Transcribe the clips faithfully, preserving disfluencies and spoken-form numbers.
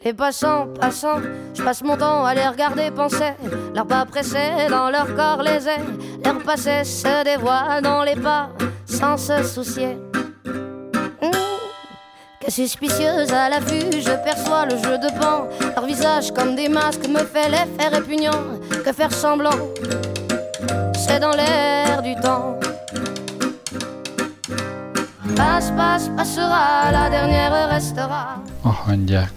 Les passants, passants, je passe mon temps à les regarder penser. Leurs pas pressés dans leur corps les ailes. Leur passé se dévoile dans les pas sans se soucier. Mmh. Que suspicieuse à la vue, je perçois le jeu de pan. Leur visage comme des masques me fait l'effet répugnant. Que faire semblant, c'est dans l'air du temps. Passe, passe, passera, la dernière restera. A hangyák.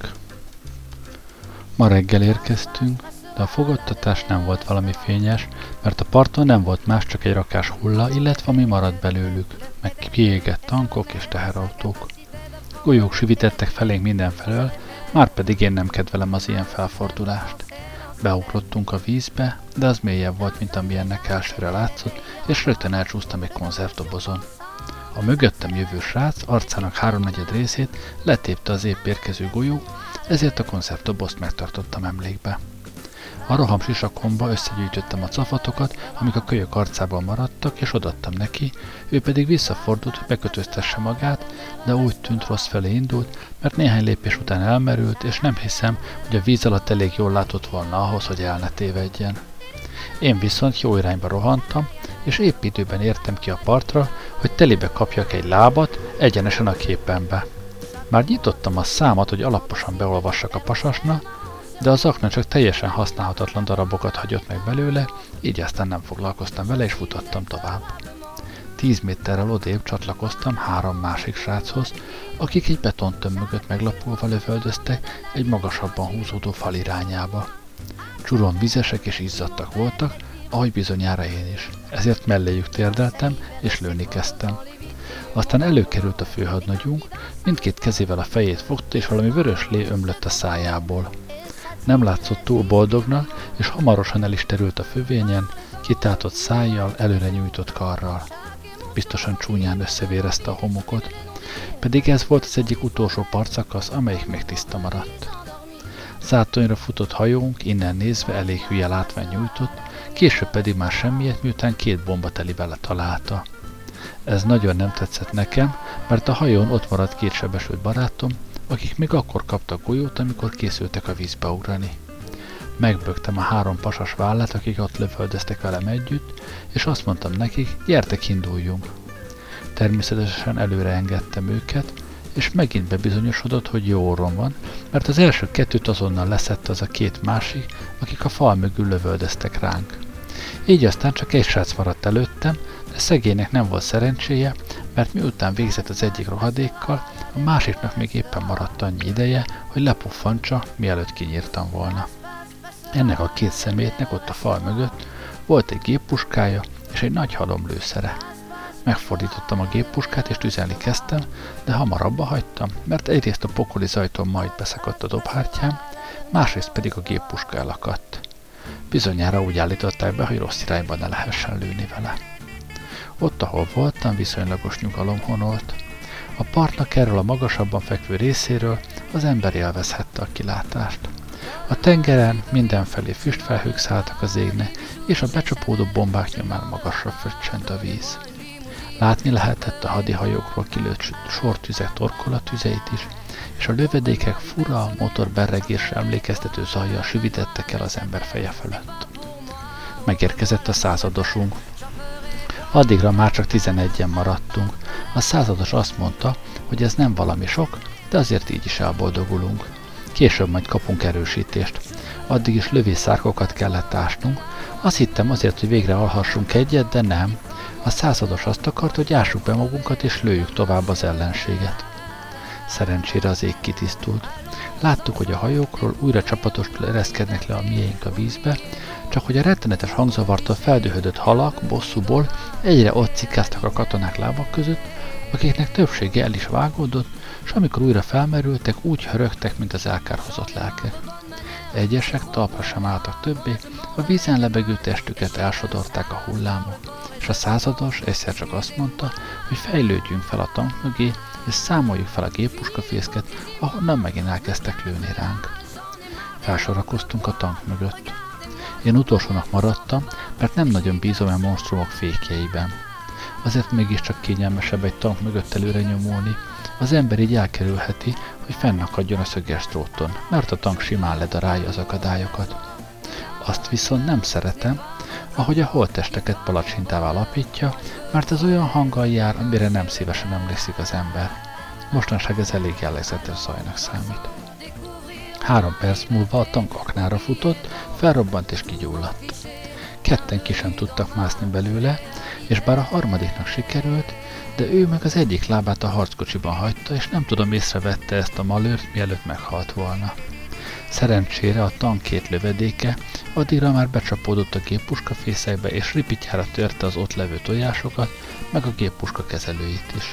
Ma reggel érkeztünk, de a fogadtatás nem volt valami fényes, mert a parton nem volt más, csak egy rakás hulla, illetve ami maradt belőlük, meg kiégett tankok és teherautók. Golyók süvítettek felénk mindenfelől, már pedig én nem kedvelem az ilyen felfordulást. Beugrottunk a vízbe, de az mélyebb volt, mint amilyennek elsőre látszott, és rögtön elcsúsztam egy konzervdobozon. A mögöttem jövő srác arcának háromnegyed részét letépte az épp érkező golyó, ezért a konzervdobozt megtartottam emlékbe. A roham sisakomba összegyűjtöttem a cafatokat, amik a kölyök arcában maradtak, és odaadtam neki, ő pedig visszafordult, hogy bekötöztesse magát, de úgy tűnt, rossz felé indult, mert néhány lépés után elmerült, és nem hiszem, hogy a víz alatt elég jól látott volna ahhoz, hogy el ne tévedjen. Én viszont jó irányba rohantam, és épp időben értem ki a partra, hogy telibe kapjak egy lábat egyenesen a képembe. Már nyitottam a számat, hogy alaposan beolvassak a pasasna, de az akna csak teljesen használhatatlan darabokat hagyott meg belőle, így aztán nem foglalkoztam vele, és futottam tovább. Tíz méterrel odébb csatlakoztam három másik sráchoz, akik egy betontömb meglapulva lövöldöztek egy magasabban húzódó fal irányába. Csuron vizesek és izzadtak voltak, ahogy bizonyára én is. Ezért melléjük térdeltem, és lőni kezdtem. Aztán előkerült a főhadnagyunk, mindkét kezével a fejét fogta, és valami vörös lé ömlött a szájából. Nem látszott túl boldognak, és hamarosan el is terült a fövényen, kitátott szájjal, előre nyújtott karral. Biztosan csúnyán összevérezte a homokot, pedig ez volt az egyik utolsó partszakasz, amelyik még tiszta maradt. Zátonyra futott hajónk, innen nézve elég hülye látvány nyújtott, később pedig már semmiet, miután két bomba telibe találta. Ez nagyon nem tetszett nekem, mert a hajón ott maradt két sebesült barátom, akik még akkor kaptak golyót, amikor készültek a vízbe ugrani. Megböktem a három pasas vállát, akik ott lövöldöztek velem együtt, és azt mondtam nekik, gyertek, induljunk. Természetesen előre engedtem őket, és megint bebizonyosodott, hogy jó orrom van, mert az első kettőt azonnal leszedte az a két másik, akik a fal mögül lövöldöztek ránk. Így aztán csak egy srác maradt előttem, de szegénynek nem volt szerencséje, mert miután végzett az egyik rohadékkal, a másiknak még éppen maradt annyi ideje, hogy lepuffantsa, mielőtt kinyírtam volna. Ennek a két szemétnek ott a fal mögött volt egy géppuskája és egy nagy halomlőszere. Megfordítottam a géppuskát és tüzelni kezdtem, de hamar abba hagytam, mert egyrészt a pokoli zajtón majd beszakadt a dobhártyám, másrészt pedig a géppuska elakadt. Bizonyára úgy állították be, hogy rossz irányba ne lehessen lőni vele. Ott, ahol voltam, viszonylagos nyugalom honolt. A partnak erről a magasabban fekvő részéről az ember élvezhette a kilátást. A tengeren mindenfelé füstfelhők szálltak az égnek, és a becsapódó bombák nyomán magasra fröccsent a víz. Látni lehetett a hadihajókról kilőtt sortüzek torkolatüzeit is, és a lövedékek fura motorberregésre emlékeztető zajjal süvítettek el az ember feje fölött. Megérkezett a századosunk. Addigra már csak tizenegyen maradtunk. A százados azt mondta, hogy ez nem valami sok, de azért így is elboldogulunk. Később majd kapunk erősítést. Addig is lövészárkokat kellett ásnunk. Azt hittem azért, hogy végre alhassunk egyet, de nem. A százados azt akart, hogy ássuk be magunkat és lőjük tovább az ellenséget. Szerencsére az ég kitisztult. Láttuk, hogy a hajókról újra csapatosul ereszkednek le a miénk a vízbe, csak hogy a rettenetes hangzavartól feldühödött halak bosszúból egyre ott cikáztak a katonák lábak között, akiknek többsége el is vágódott, és amikor újra felmerültek, úgy hörögtek, mint az elkárhozott lelkek. Egyesek talpra sem álltak többé, a vízen lebegő testüket elsodorták a hullámok, és a százados egyszer csak azt mondta, hogy fejlődjünk fel a tank mögé, és számoljuk fel a géppuskafészket, ahonnan megint elkezdtek lőni ránk. Felsorakoztunk a tank mögött. Én utolsónak maradtam, mert nem nagyon bízom a monstrumok fékjeiben. Azért mégiscsak kényelmesebb egy tank mögött előre nyomulni, az ember így elkerülheti, hogy fennakadjon a szöges dróton, mert a tank simán ledarálja az akadályokat. Azt viszont nem szeretem, ahogy a holttesteket palacsintává alapítja, mert ez olyan hanggal jár, amire nem szívesen emlékszik az ember. Mostanság ez elég jellegzetes zajnak számít. Három perc múlva a tank aknára futott, felrobbant és kigyulladt. Ketten ki sem tudtak mászni belőle, és bár a harmadiknak sikerült, de ő meg az egyik lábát a harckocsiban hagyta, és nem tudom észrevette ezt a malőrt, mielőtt meghalt volna. Szerencsére a tank két lövedéke addigra már becsapódott a géppuskafészekbe, és ripityára törte az ott levő tojásokat, meg a géppuska kezelőit is.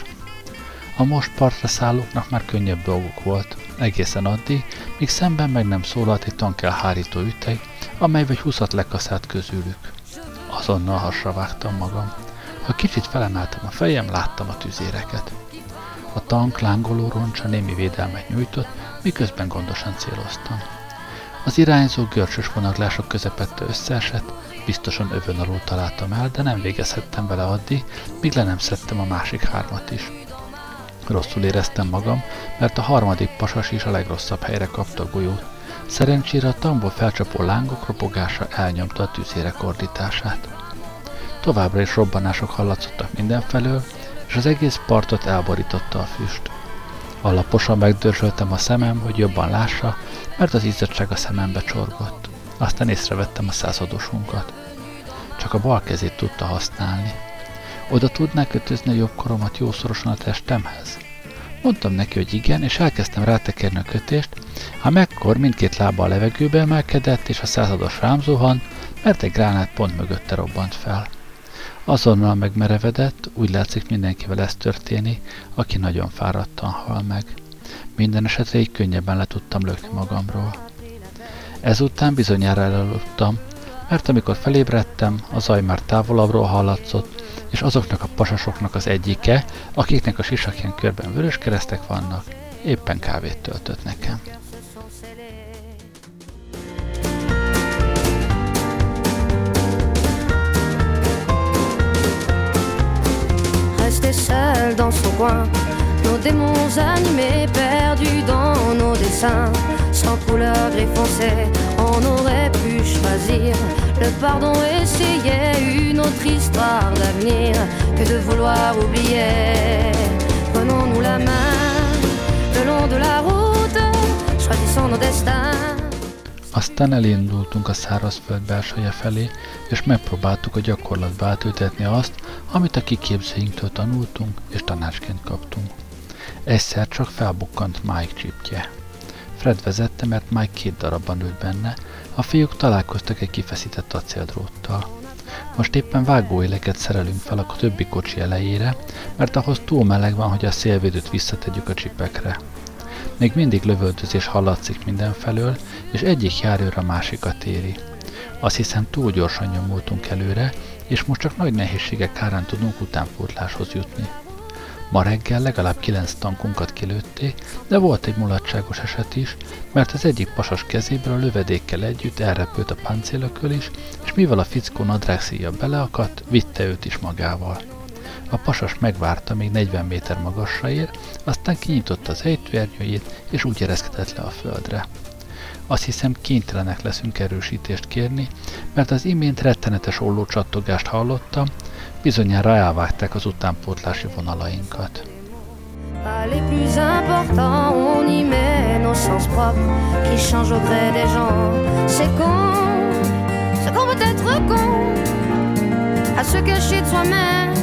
A most partra szállóknak már könnyebb dolguk volt, egészen addig, míg szemben meg nem szólalt egy tankelhárító üteg, amely vagy húszat lekaszált közülük. Azonnal hasra vágtam magam. Ha kicsit felemeltem a fejem, láttam a tüzéreket. A tank lángoló roncsa némi védelmet nyújtott, miközben gondosan céloztam. Az irányzó görcsös vonaglások közepette összeesett, biztosan övön alul találtam el, de nem végezhettem vele addig, míg le nem szedtem a másik hármat is. Rosszul éreztem magam, mert a harmadik pasas is a legrosszabb helyre kapta a golyót. Szerencsére a tankból felcsapó lángok ropogása elnyomta a tüzérek ordítását. Továbbra is robbanások hallatszottak mindenfelől, és az egész partot elborította a füst. Alaposan megdörzsöltem a szemem, hogy jobban lássa, mert az izzadság a szemembe csorgott. Aztán észrevettem a századosunkat. Csak a bal kezét tudta használni. Oda tudná kötözni a jobb karomat jószorosan a testemhez? Mondtam neki, hogy igen, és elkezdtem rátekerni a kötést, ám ekkor mindkét lába a levegőbe emelkedett, és a százados rám zuhant, mert egy gránát pont mögötte robbant fel. Azonnal megmerevedett, úgy látszik mindenkivel ez történik, aki nagyon fáradtan hal meg. Minden esetre így könnyebben le tudtam lökni magamról. Ezután bizonyára elaludtam, mert amikor felébredtem, a zaj már távolabbról hallatszott, és azoknak a pasasoknak az egyike, akiknek a sisakján körben vörös keresztek vannak, éppen kávét töltött nekem. Seul dans son coin, nos démons animés, perdus dans nos dessins, sans couleur gris foncé, on aurait pu choisir le pardon, essayer une autre histoire d'avenir que de vouloir oublier. Prenons-nous la main le long de la route, choisissons nos destins. Aztán elindultunk a szárazföld belseje felé, és megpróbáltuk a gyakorlatba átültetni azt, amit a kiképzőinktől tanultunk és tanácsként kaptunk. Egyszer csak felbukkant Mike csipje. Fred vezette, mert Mike két darabban ült benne, a fiúk találkoztak egy kifeszített acéldróttal. Most éppen vágóéleket szerelünk fel a többi kocsi elejére, mert ahhoz túl meleg van, hogy a szélvédőt visszategyük a csipekre. Még mindig lövöldözés hallatszik mindenfelől, és egyik járőr a másikat éri. Azt hiszem, túl gyorsan nyomultunk előre, és most csak nagy nehézségek árán tudunk utánpótláshoz jutni. Ma reggel legalább kilenc tankunkat kilőtték, de volt egy mulatságos eset is, mert az egyik pasas kezéből a lövedékkel együtt elrepült a páncélököl is, és mivel a fickó nadrágszíja beleakadt, vitte őt is magával. A pasas megvárta, még negyven méter magasra ér, aztán kinyitotta az ejtőernyőjét, és úgy ereszkedett le a földre. Azt hiszem, kénytelenek leszünk erősítést kérni, mert az imént rettenetes ollócsattogást hallottam, bizonyára elvágták az utánpótlási vonalainkat. Les plus importants, on y met nos sens propres qui changent au gré des gens. C'est con, c'est qu'on peut être con, à se cacher de soi-même.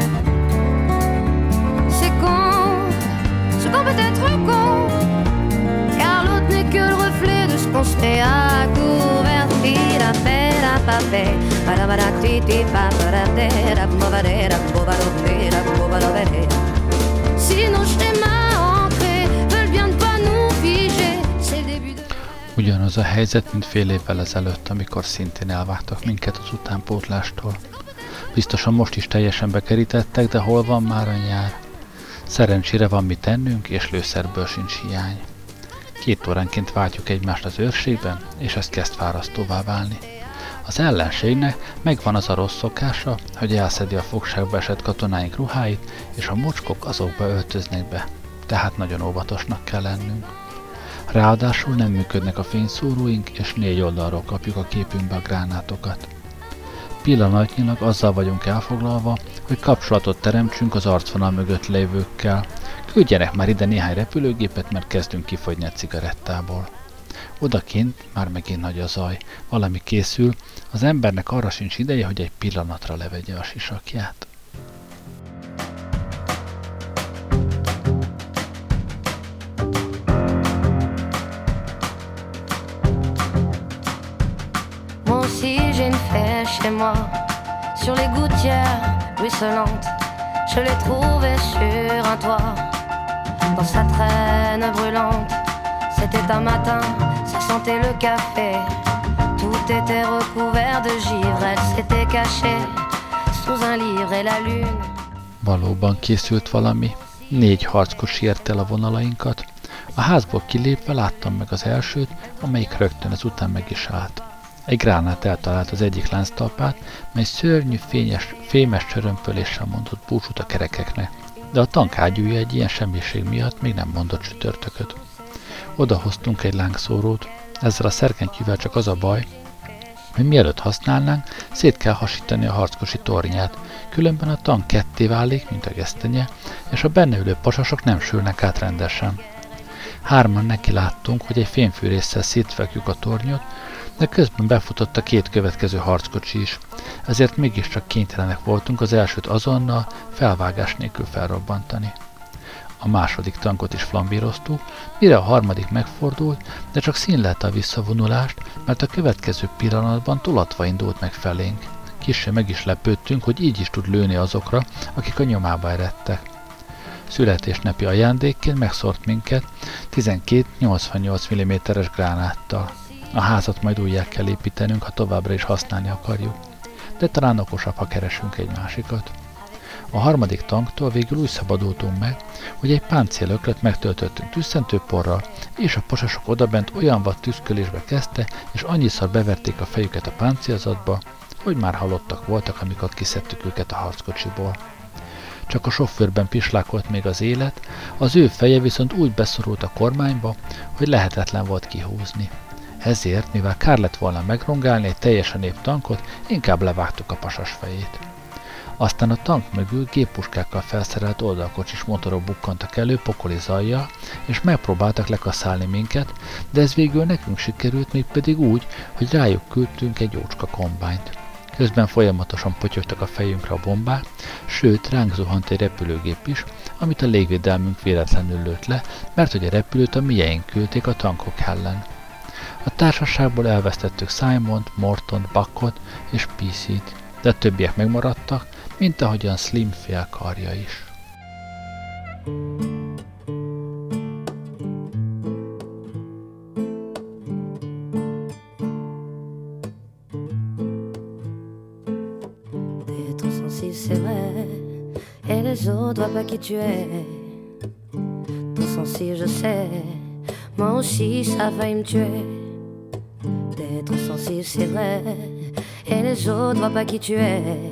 C'est con, c'est qu'on peut être con, car l'autre n'est que le reflet de ce qu'on se fait à couvertir à faire à paper. Para para ti ti pa para te ra movare ra movare ra movare. Si nos schémas ancrés veulent bien ne pas nous figer, c'est le début de... Ugyanaz a helyzet, mint fél évvel ezelőtt, amikor szintén elvágtak minket az utánpótlástól. Biztosan most is teljesen bekerítettek, de hol van már a nyár? Szerencsére van mit tennünk, és lőszerből sincs hiány. Két óránként váltjuk egymást az őrségben, és ez kezd fárasztóvá válni. Az ellenségnek megvan az a rossz szokása, hogy elszedi a fogságba esett katonáink ruháit, és a mocskok azokba öltöznek be. tehát nagyon óvatosnak kell lennünk. Ráadásul nem működnek a fényszóróink, és négy oldalról kapjuk a képünkbe a gránátokat. Pillanatnyilag azzal vagyunk elfoglalva, hogy kapcsolatot teremtsünk az arcvonal mögött lévőkkel. Küldjenek már ide néhány repülőgépet, mert kezdünk kifogyni a cigarettából. Odakint már megint nagy a zaj, valami készül, az embernek arra sincs ideje, hogy egy pillanatra levegye a sisakját. Moi aussi j'ai une fée chez moi, sur les gouttières ruisselantes, je l'ai trouvée sur un toit, dans sa traîne brûlante. C'était un matin, ça sentait le café, tout était recouvert de givre, elle s'était cachée sous un livre et la lune. Valóban készült valami, négy harckocsi ért el a vonalainkat, a házból kilépve láttam meg az elsőt, amelyik rögtön ezután meg is állt. Egy gránát eltalált az egyik lánctalpát, mely szörnyű, fényes, fémes csörömpöléssel mondott búcsút a kerekeknek, de a tankágyúja egy ilyen semmiség miatt még nem mondott csütörtököt. Odahoztunk egy lángszórót, ezzel a szerkentyűvel csak az a baj, hogy mielőtt használnánk, szét kell hasítani a harckocsi tornyát, különben a tank ketté válik, mint a gesztenye, és a benne ülő pasasok nem sülnek át rendesen. Hárman neki láttunk, hogy egy fémfűrésszel szétfekjük a tornyot, de közben befutott a két következő harckocsi is, ezért mégiscsak kénytelenek voltunk az elsőt azonnal felvágás nélkül felrobbantani. A második tankot is flambíroztuk, mire a harmadik megfordult, de csak színlelte a visszavonulást, mert a következő pillanatban tolatva indult meg felénk. Kissé meg is lepődtünk, hogy így is tud lőni azokra, akik a nyomába eredtek. Születésnapi ajándékként megszórt minket tizenkét nyolcvannyolc milliméteres gránáttal. A házat majd újjá kell építenünk, ha továbbra is használni akarjuk, de talán okosabb, ha keresünk egy másikat. A harmadik tanktól végül úgy szabadultunk meg, hogy egy páncélöklet megtöltöttünk tüsszentőporral, és a pasasok odabent olyan vad tüszkölésbe kezdte, és annyiszor beverték a fejüket a páncélzatba, hogy már halottak voltak, amikor kiszedtük őket a harckocsiból. Csak a sofőrben pislákolt még az élet, az ő feje viszont úgy beszorult a kormányba, hogy lehetetlen volt kihúzni. Ezért, mivel kár lett volna megrongálni egy teljesen épp tankot, inkább levágtuk a pasas fejét. Aztán a tank mögül géppuskákkal felszerelt oldalkocsis motorok bukkantak elő pokoli zajjal, és megpróbáltak lekaszálni minket, de ez végül nekünk sikerült, mégpedig úgy, hogy rájuk küldtünk egy jócska kombányt. Közben folyamatosan potyogtak a fejünkre a bombák, sőt, ránk zuhant egy repülőgép is, amit a légvédelmünk véletlenül lőtt le, mert hogy a repülőt a mieink küldték a tankok ellen. A társaságból elvesztettük Simont, Mortont, Buckot és pé cét, de a többiek megmaradtak, mint ahogyan Slim fél karja is. T'es trop sensible, c'est vrai, et les autres voient pas qui tu es. Trop sensible, je sais, moi aussi ça a failli me tuer. T'es trop sensible, c'est vrai, et les autres voient pas qui tu es.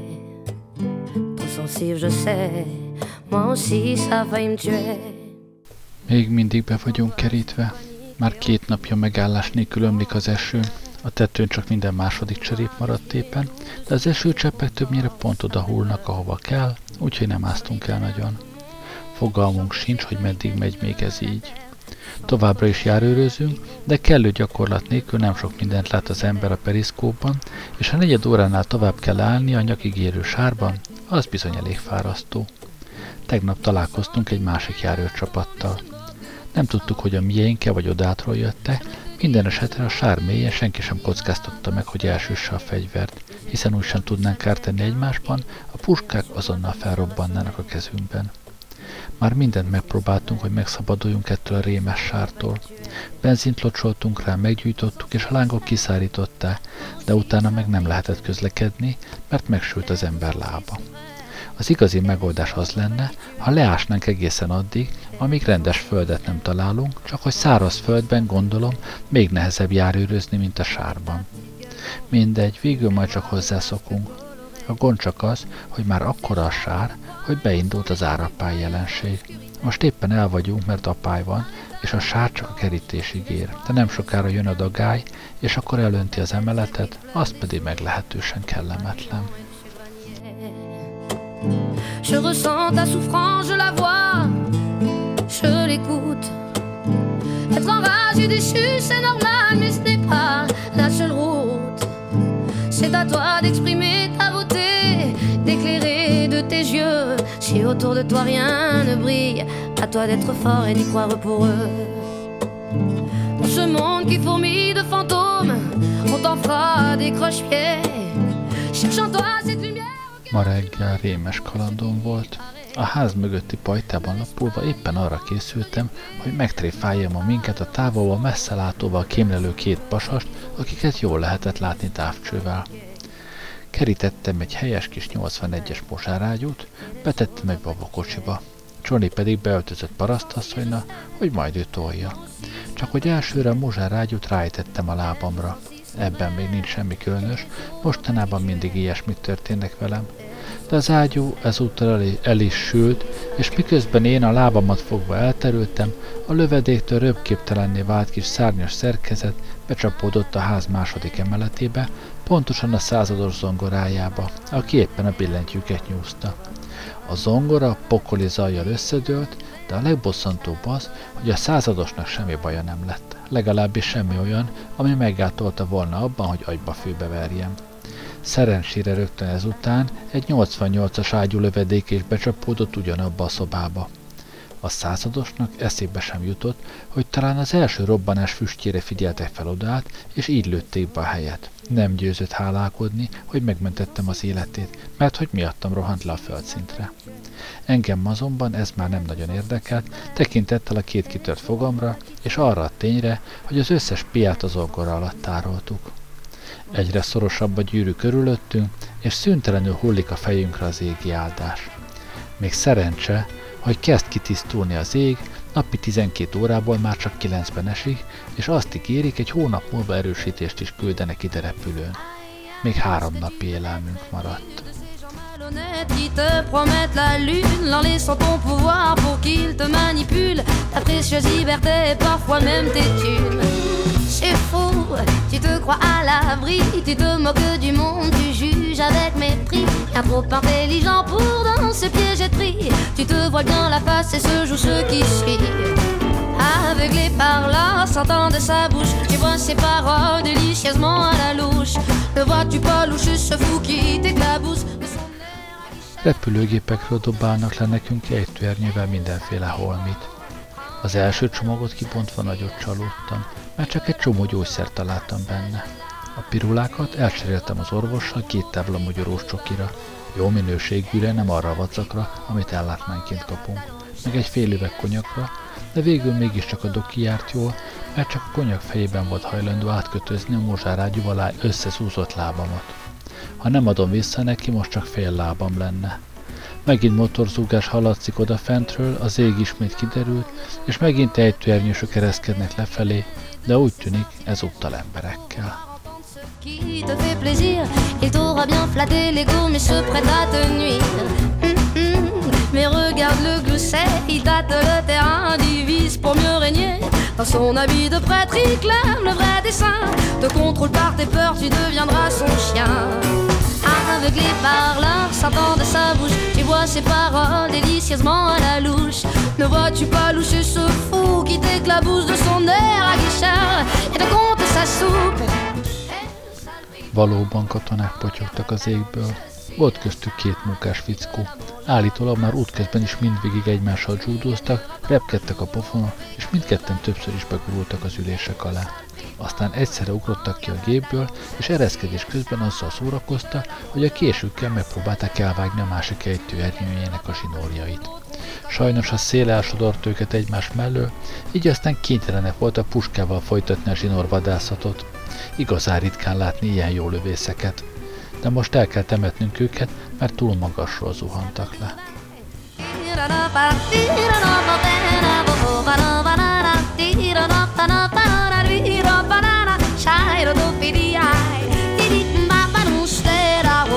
Je sais, moi aussi ça va me tuer. Még mindig be vagyunk kerítve. Már két napja megállás nélkül ömlik az eső. A tetőn csak minden második cserép maradt éppen, de az esőcseppek többnyire pont oda hullnak, ahova kell, úgyhogy nem áztunk el nagyon. Fogalmunk sincs, hogy meddig megy még ez így. Továbbra is járőrözünk, de kellő gyakorlat nélkül nem sok mindent lát az ember a periszkópban, és ha negyed óránál tovább kell állni a nyakig érő sárban, az bizony elég fárasztó. Tegnap találkoztunk egy másik járőrcsapattal. Nem tudtuk, hogy a miénke vagy odátról jöttek, minden esetre a sár mélyén senki sem kockáztatta meg, hogy elsüsse a fegyvert, hiszen úgy sem tudnánk kárt tenni egymásban, a puskák azonnal felrobbannának a kezünkben. Már mindent megpróbáltunk, hogy megszabaduljunk ettől a rémes sártól. Benzint locsoltunk rá, meggyújtottuk, és a lángok kiszárították, de utána meg nem lehetett közlekedni, mert megsült az ember lába. Az igazi megoldás az lenne, ha leásnánk egészen addig, amíg rendes földet nem találunk, csak hogy száraz földben, gondolom, még nehezebb járőrözni, mint a sárban. Mindegy, végül majd csak hozzászokunk. A gond csak az, hogy már akkora a sár, hogy beindult az árapály jelenség. Most éppen el vagyunk, mert apály van, és a sár csak a kerítésig ér, de nem sokára jön a dagály, és akkor elönti az emeletet, az pedig meglehetősen kellemetlen. Je ressens ta souffrance, je la vois, je l'écoute. Être enragé, déchu, c'est normal, mais ce n'est pas la seule route. C'est à toi d'exprimer ta beauté, d'éclairer de tes yeux. Si autour de toi rien ne brille, à toi d'être fort et d'y croire pour eux. Dans ce monde qui fourmille de fantômes, on t'en fera des croche-pieds. Cherche en toi cette lumière. Ma reggel rémes kalandom volt. A ház mögötti pajtában lapulva éppen arra készültem, hogy megtréfáljam a minket a távolba messzelátóval kémlelő két pasast, akiket jól lehetett látni távcsővel. Kerítettem egy helyes kis nyolcvanegyes mozsárágyút, betettem egy babakocsiba. Johnny pedig beöltözött parasztasszonyna, hogy majd ő tolja. Csak hogy elsőre a mozsárágyút rájtettem a lábamra. Ebben még nincs semmi különös, mostanában mindig ilyesmit történnek velem. De az ágyú ezúttal el, el is sült, és miközben én a lábamat fogva elterültem, a lövedéktől röpképtelenné vált kis szárnyas szerkezet becsapódott a ház második emeletébe, pontosan a százados zongorájába, aki éppen a billentyűket nyúzta. A zongora pokoli zajjal összedőlt, de a legbosszantóbb az, hogy a századosnak semmi baja nem lett. Legalábbis semmi olyan, ami meggátolta volna abban, hogy agyba főbeverjem. Szerencsére rögtön ezután egy nyolcvannyolcas ágyú lövedék is becsapódott ugyanabba a szobába. A századosnak eszébe sem jutott, hogy talán az első robbanás füstjére figyeltek fel odát, és így lőtték be a helyet. Nem győzött hálálkodni, hogy megmentettem az életét, mert hogy miattam rohant le a földszintre. Engem azonban ez már nem nagyon érdekelt, tekintettel a két kitört fogamra, és arra a tényre, hogy az összes piát az orgora alatt tároltuk. Egyre szorosabb a gyűrű körülöttünk, és szüntelenül hullik a fejünkre az égi áldás. Még szerencse, hogy kezd kitisztulni az ég, napi tizenkét órából már csak kilencben esik, és azt ígérik, egy hónap múlva erősítést is küldenek ide repülőn. Még három napi élelmünk maradt. Qui te promettent la lune, leur laissant ton pouvoir pour qu'ils te manipulent. Ta précieuse liberté et parfois même tes thunes. C'est fou, tu te crois à l'abri, tu te moques du monde, tu juges avec mépris. Bien trop intelligent pour dans ce piège être pris. Tu te vois bien la face et se joue ce qui suit. Aveuglé par là, sentant de sa bouche, tu vois ses paroles délicieusement à la louche. Ne vois-tu pas loucher ce fou qui t'éclabousse? Repülőgépekről dobálnak le nekünk ejtőernyővel mindenféle holmit. Az első csomagot kibontva nagyot csalódtam, mert csak egy csomó gyógyszert találtam benne. A pirulákat elcseréltem az orvossal két tábla magyarós csokira, jó minőségűre, nem arra a vacakra, amit ellátmányként kapunk, meg egy fél üveg konyakra, de végül mégiscsak a doki járt jól, mert csak a konyak fejében volt hajlandó átkötözni a mozsárágyú alá összeszúzott lábamat. Ha nem adom vissza neki, most csak fél lábam lenne. Megint motorzúgás hallatszik odafentről, az ég ismét kiderült, és megint ejtőernyősök ereszkednek lefelé, de úgy tűnik ezúttal emberekkel. Qui te fait plaisir, il t'aura bien flatté l'ego, mais se prête à te nuire. Mais regarde le glousset, il tâte le terrain, divise pour mieux régner. Dans son habit de prêtre, il clame le vrai dessein. Te contrôle par tes peurs, tu deviendras son chien. Aveuglé par l'art, sortant de sa bouche, tu vois ses paroles délicieusement à la louche. Ne vois-tu pas loucher ce fou qui t'éclabousse de son air aguicheur et te compte sa soupe? Valóban katonák potyogtak az égből. Volt köztük két munkás fickó. Állítólag már útközben is mindvégig egymással dzsúdóztak, repkedtek a pofonok, és mindketten többször is begurultak az ülések alá. Aztán egyszerre ugrottak ki a gépből, és ereszkedés közben azzal szórakoztak, hogy a késükkel megpróbálták elvágni a másik ejtőernyőjének a zsinórjait. Sajnos a szél elsodort őket egymás mellől, így aztán kénytelenek voltak puskával folytatni a zsinórvadászatot. Igazán ritkán látni ilyen jó lövészeket. De most el kell temetnünk őket, mert túl magasról zuhantak le.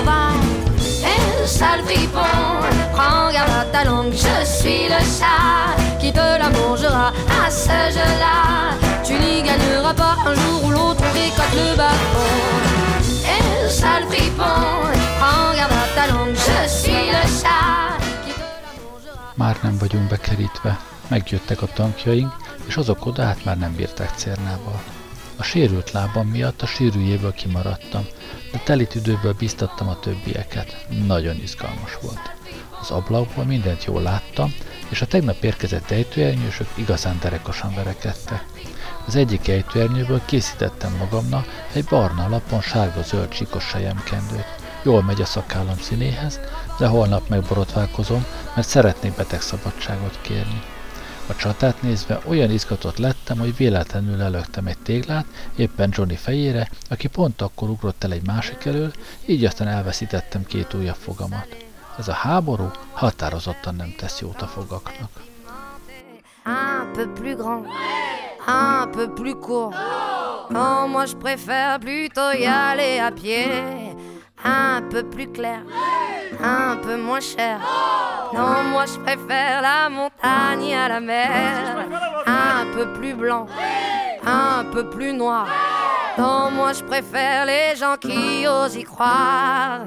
Sale fripon, prends garde à ta langue, je suis le chat. qui te la mangera. À ce jeu-là, tu n'y gagneras pas. Un jour ou l'autre, on décote le bâton. Et sale fripon, prends garde à ta langue, je suis le chat qui te la mangera. Már nem vagyunk bekerítve, megjöttek a tankjaink, és azok oda hát már nem bírták Cérnával. A sérült lábam miatt a sűrűjéből kimaradtam, de teli tüdőből bíztattam a többieket. Nagyon izgalmas volt. Az ablakból mindent jól láttam, és a tegnap érkezett ejtőernyősök igazán derekosan verekedtek. Az egyik ejtőernyőből készítettem magamnak egy barna alapon sárga-zöld csíkos selyemkendőt. Jól megy a szakállam színéhez, de holnap megborotválkozom, mert szeretnék betegszabadságot kérni. A csatát nézve olyan izgatott lettem, hogy véletlenül lelöktem egy téglát, éppen Johnny fejére, aki pont akkor ugrott el egy másik elől, így aztán elveszítettem két újabb fogamat. Ez a háború határozottan nem tesz jót a fogaknak. Un peu plus grand, un peu plus court. Non, moi je préfère plutôt y aller à pied. Un peu plus clair, un peu moins cher. Non, moi je préfère la montagne à la mer. Un peu plus blanc, un peu plus noir. Non, moi je préfère les gens qui osent y croire.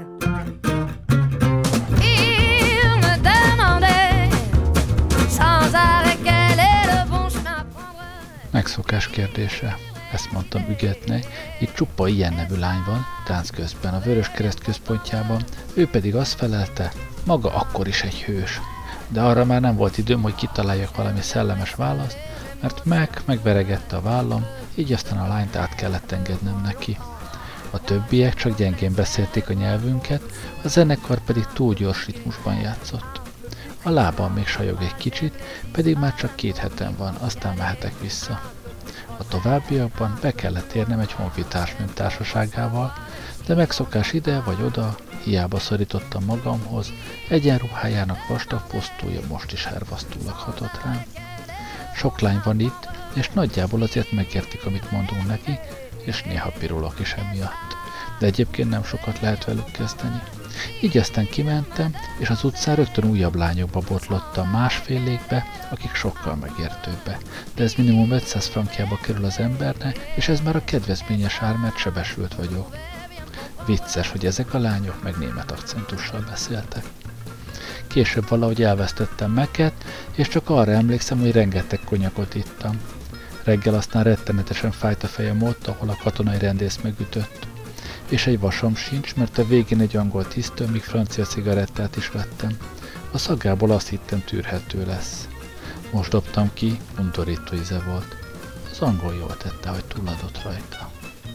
Il me demandait sans arrêt quel est le bon chemin à prendre. Megszokás kérdése. Ezt mondtam ügetnek, itt csupa ilyen nevű lány van, tánc közben a Vöröskereszt központjában, ő pedig azt felelte, maga akkor is egy hős. De arra már nem volt időm, hogy kitaláljak valami szellemes választ, mert meg megveregette a vállam, így aztán a lányt át kellett engednem neki. A többiek csak gyengén beszélték a nyelvünket, a zenekar pedig túl gyors ritmusban játszott. A lábam még sajog egy kicsit, pedig már csak két heten van, aztán mehetek vissza. A továbbiakban be kellett érnem egy honfitársnőm társaságával, de megszokás ide vagy oda, hiába szorítottam magamhoz, egyenruhájának vastag posztója most is hervasztólag hatott rám. Sok lány van itt, és nagyjából azért megértik, amit mondunk neki, és néha pirulok is emiatt. De egyébként nem sokat lehet velük kezdeni. Így aztán kimentem, és az utcán rögtön újabb lányokba botlottam másfélékbe, akik sokkal megértőbbek. De ez minimum ötszáz frankjába kerül az embernek, és ez már a kedvezményes ár, mert sebesült vagyok. Vicces, hogy ezek a lányok meg német akcentussal beszéltek. Később valahogy elvesztettem Meket, és csak arra emlékszem, hogy rengeteg konyakot ittam. Reggel aztán rettenetesen fájt a fejem ott, ahol a katonai rendész megütött. És egy vasom sincs, mert a végén egy angol tisztől, míg francia cigarettát is vettem. A szagából azt hittem tűrhető lesz. Most dobtam ki, undorító íze volt. Az angol jól tette, hogy túladott rajta.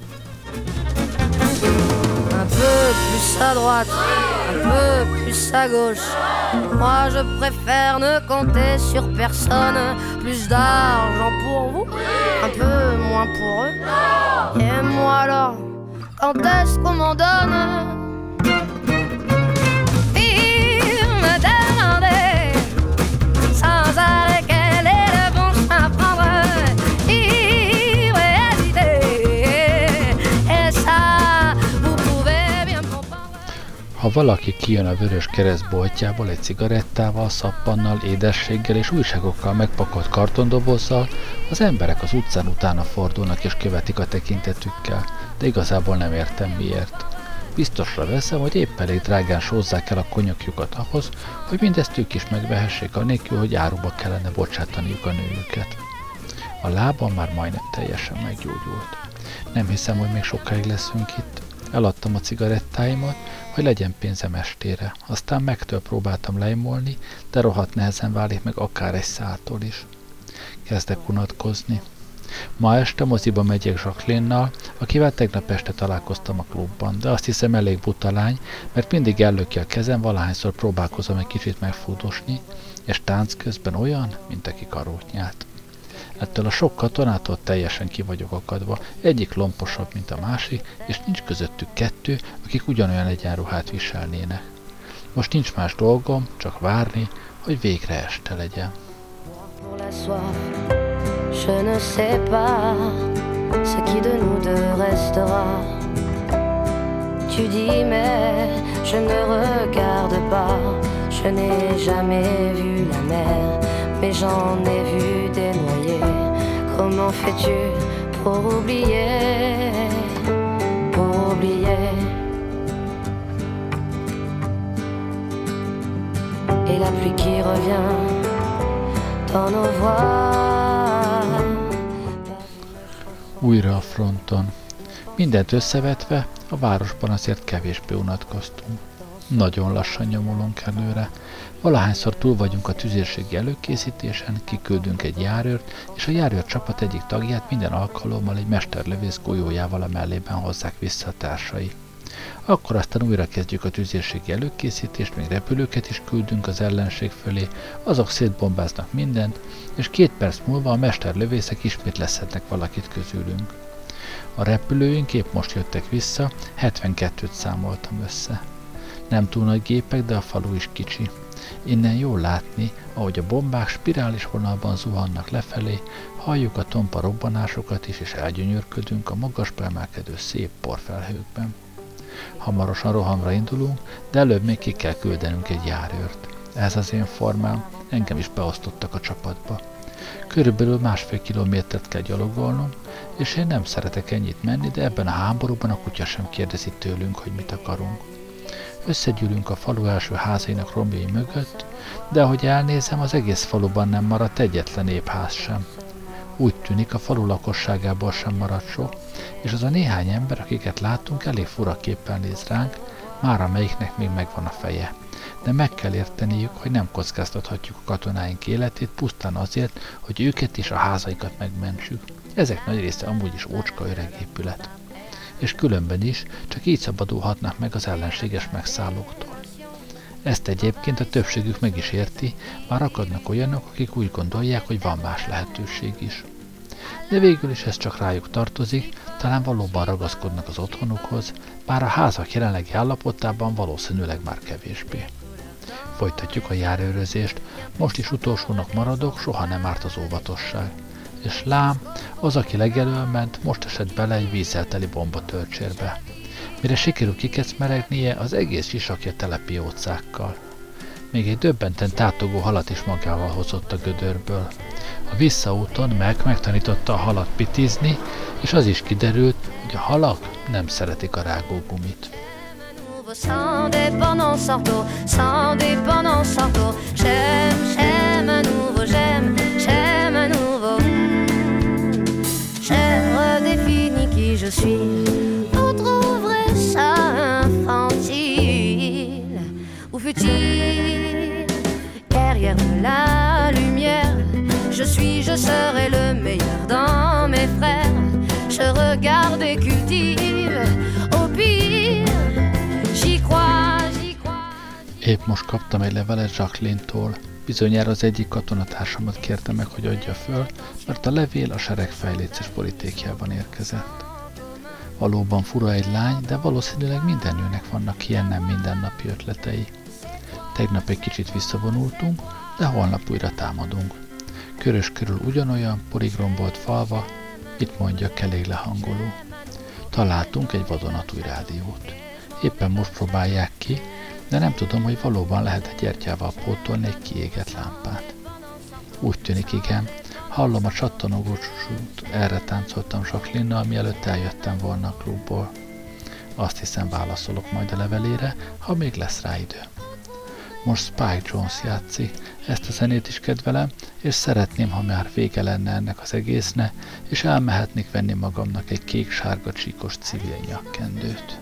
Un peu plus à droite, un peu plus à gauche. Moi je préfère ne compter sur personne. Plus d'argent pour vous, un peu moins pour eux. Et moi alors, quand est-ce qu'on m'en donne? Il me demandait sans arrêt quel est le bon chemin à prendre. Il hésitait, et ça vous pouvez bien comprendre. Ha valaki kijön a Vöröskereszt boltjából egy cigarettával, szappannal, édességgel és újságokkal megpakolt kartondobozzal, az emberek az utcán utána fordulnak és követik a tekintetükkel, de igazából nem értem miért. Biztosra veszem, hogy épp elég drágán sózzák el a konyakjukat ahhoz, hogy mindezt ők is megvehessék, anélkül, hogy áruba kellene bocsátaniuk a nőjüket. A lábam már majdnem teljesen meggyógyult. Nem hiszem, hogy még sokáig leszünk itt. Eladtam a cigarettáimat, hogy legyen pénzem estére. Aztán megtől próbáltam lejmolni, de rohadt nehezen válik meg akár egy száltól is. Kezdek unatkozni. Ma este moziba megyek Jacqueline-nal, akivel tegnap este találkoztam a klubban, de azt hiszem elég buta lány, mert mindig ellöki a kezem, valahányszor próbálkozom egy kicsit megfúdosni, és tánc közben olyan, mint aki karót nyált. Ettől a sok katonától teljesen ki vagyok akadva, egyik lomposabb, mint a másik, és nincs közöttük kettő, akik ugyanolyan egyenruhát viselnének. Most nincs más dolgom, csak várni, hogy végre este legyen. Je ne sais pas ce qui de nous deux restera. Tu dis mais je ne regarde pas. Je n'ai jamais vu la mer, mais j'en ai vu des noyés. Comment fais-tu pour oublier, pour oublier? Et la pluie qui revient dans nos voix. Újra a fronton. Mindent összevetve, a városban azért kevésbé unatkoztunk. Nagyon lassan nyomulunk előre. Valahányszor túl vagyunk a tüzérségi előkészítésen, kiküldünk egy járőrt, és a járőr csapat egyik tagját minden alkalommal egy mesterlövész golyójával a mellében hozzák vissza a társai. Akkor aztán újra kezdjük a tüzérségi előkészítést, még repülőket is küldünk az ellenség fölé, azok szétbombáznak mindent, és két perc múlva a mesterlövészek ismét leszednek valakit közülünk. A repülőink épp most jöttek vissza, hetvenkettőt számoltam össze. Nem túl nagy gépek, de a falu is kicsi. Innen jól látni, ahogy a bombák spirális vonalban zuhannak lefelé, halljuk a tompa robbanásokat is, és elgyönyörködünk a magasba emelkedő szép porfelhőkben. Hamarosan rohamra indulunk, de előbb még ki kell küldenünk egy járőrt. Ez az én formám, engem is beosztottak a csapatba. Körülbelül másfél kilométert kell gyalogolnunk, és én nem szeretek ennyit menni, de ebben a háborúban a kutya sem kérdezi tőlünk, hogy mit akarunk. Összegyűlünk a falu első házainak romjai mögött, de ahogy elnézem, az egész faluban nem maradt egyetlen népház sem. Úgy tűnik, a falu lakosságából sem maradt sok, és az a néhány ember, akiket láttunk, elég furaképpen néz ránk, már amelyiknek még megvan a feje. De meg kell érteniük, hogy nem kockáztathatjuk a katonáink életét pusztán azért, hogy őket és a házaikat megmentsük. Ezek nagy része amúgy is ócska öreg épület. És különben is csak így szabadulhatnak meg az ellenséges megszállóktól. Ezt egyébként a többségük meg is érti, már akadnak olyanok, akik úgy gondolják, hogy van más lehetőség is. De végül is ez csak rájuk tartozik, talán valóban ragaszkodnak az otthonukhoz, bár a házak jelenlegi állapotában valószínűleg már kevésbé. Folytatjuk a járőrözést, most is utolsónak maradok, soha nem árt az óvatosság. És lám, az, aki legelől ment, most esett bele egy vízzel teli bomba tölcsérbe. Mire sikerül kikecmeregnie, az egész sisakja tele piócákkal. Még egy döbbenten tátogó halat is magával hozott a gödörből. A visszaúton meg megtanította a halat pitizni, és az is kiderült, hogy a halak nem szeretik a rágógumit. Sans dépendance sorto, sans dépendance sorto. J'aime, j'aime un nouveau, j'aime, j'aime un nouveau. J'ai redéfini qui je suis. Vous trouverez ça infantile. Où fut-il derrière la lumière? Je suis, je serai le meilleur dans mes frères. Je regarde et cultive. Au pire, j'y crois, j'y crois. Épp most kaptam egy levelet Jacqueline-tól. Bizonyára az egyik katonatársamat kérte meg, hogy adja föl, mert a levél a sereg fejléces borítékjában érkezett. Valóban fura egy lány, de valószínűleg minden nőnek vannak ilyen nem mindennapi ötletei. Tegnap egy kicsit visszavonultunk, de holnap újra támadunk. Körös körül ugyanolyan, porig rombolt falva, itt mondjak, elég lehangoló. Találtunk egy vadonatúj rádiót. Éppen most próbálják ki, de nem tudom, hogy valóban lehet egy gyertyával pótolni egy kiégett lámpát. Úgy tűnik, igen. Hallom a csattanogósút, erre táncoltam Jacqueline-nal, mielőtt eljöttem volna a klubból. Azt hiszem, válaszolok majd a levelére, ha még lesz rá idő. Most Spike Jones játszik, ezt a zenét is kedvelem, és szeretném, ha már vége lenne ennek az egésznek, és elmehetnék venni magamnak egy kék-sárga csíkos civil nyakkendőt.